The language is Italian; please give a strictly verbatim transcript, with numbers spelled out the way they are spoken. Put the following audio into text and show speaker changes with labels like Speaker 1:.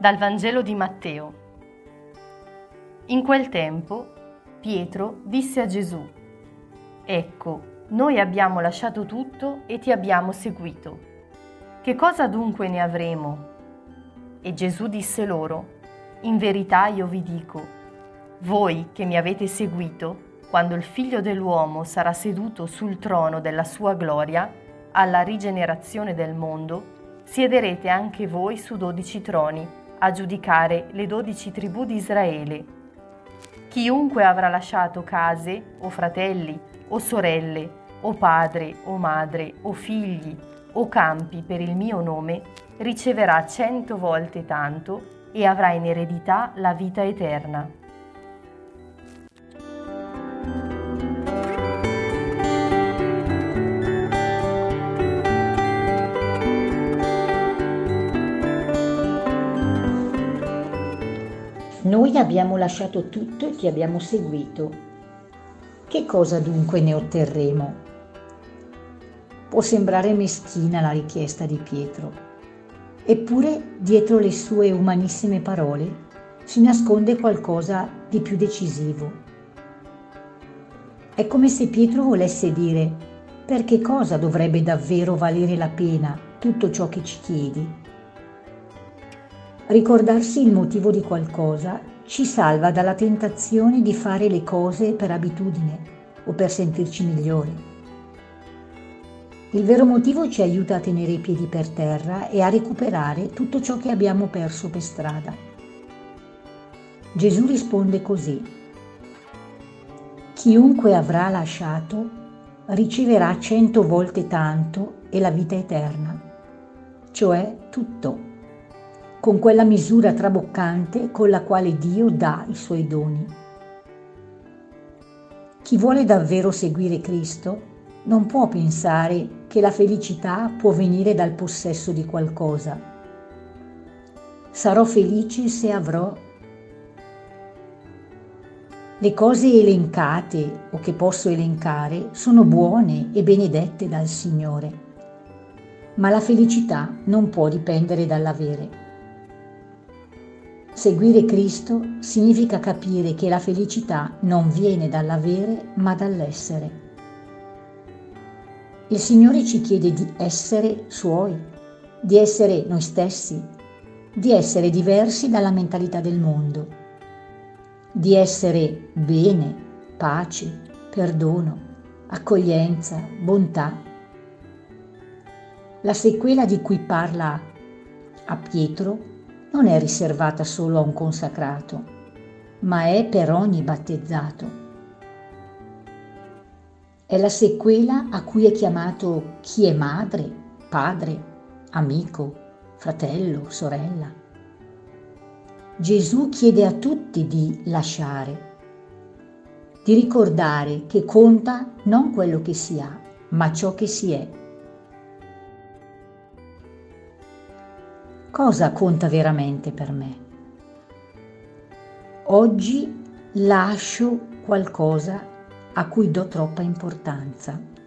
Speaker 1: Dal Vangelo di Matteo. In quel tempo Pietro disse a Gesù: «Ecco, noi abbiamo lasciato tutto e ti abbiamo seguito. Che cosa dunque ne avremo?» E Gesù disse loro: «In verità io vi dico, voi che mi avete seguito, quando il Figlio dell'uomo sarà seduto sul trono della sua gloria, alla rigenerazione del mondo, siederete anche voi su dodici troni, a giudicare le dodici tribù di Israele. Chiunque avrà lasciato case, o fratelli, o sorelle, o padre, o madre, o figli, o campi per il mio nome, riceverà cento volte tanto e avrà in eredità la vita eterna».
Speaker 2: Noi abbiamo lasciato tutto e ti abbiamo seguito. Che cosa dunque ne otterremo? Può sembrare meschina la richiesta di Pietro, eppure dietro le sue umanissime parole si nasconde qualcosa di più decisivo. È come se Pietro volesse dire: per che cosa dovrebbe davvero valere la pena tutto ciò che ci chiedi? Ricordarsi il motivo di qualcosa ci salva dalla tentazione di fare le cose per abitudine o per sentirci migliori. Il vero motivo ci aiuta a tenere i piedi per terra e a recuperare tutto ciò che abbiamo perso per strada. Gesù risponde così: chiunque avrà lasciato riceverà cento volte tanto e la vita eterna, cioè tutto, con quella misura traboccante con la quale Dio dà i suoi doni. Chi vuole davvero seguire Cristo non può pensare che la felicità può venire dal possesso di qualcosa. Sarò felice se avrò. Le cose elencate o che posso elencare sono buone e benedette dal Signore, ma la felicità non può dipendere dall'avere. Seguire Cristo significa capire che la felicità non viene dall'avere ma dall'essere. Il Signore ci chiede di essere Suoi, di essere noi stessi, di essere diversi dalla mentalità del mondo, di essere bene, pace, perdono, accoglienza, bontà. La sequela di cui parla a Pietro non è riservata solo a un consacrato, ma è per ogni battezzato. È la sequela a cui è chiamato chi è madre, padre, amico, fratello, sorella. Gesù chiede a tutti di lasciare, di ricordare che conta non quello che si ha, ma ciò che si è. Cosa conta veramente per me? Oggi lascio qualcosa a cui do troppa importanza.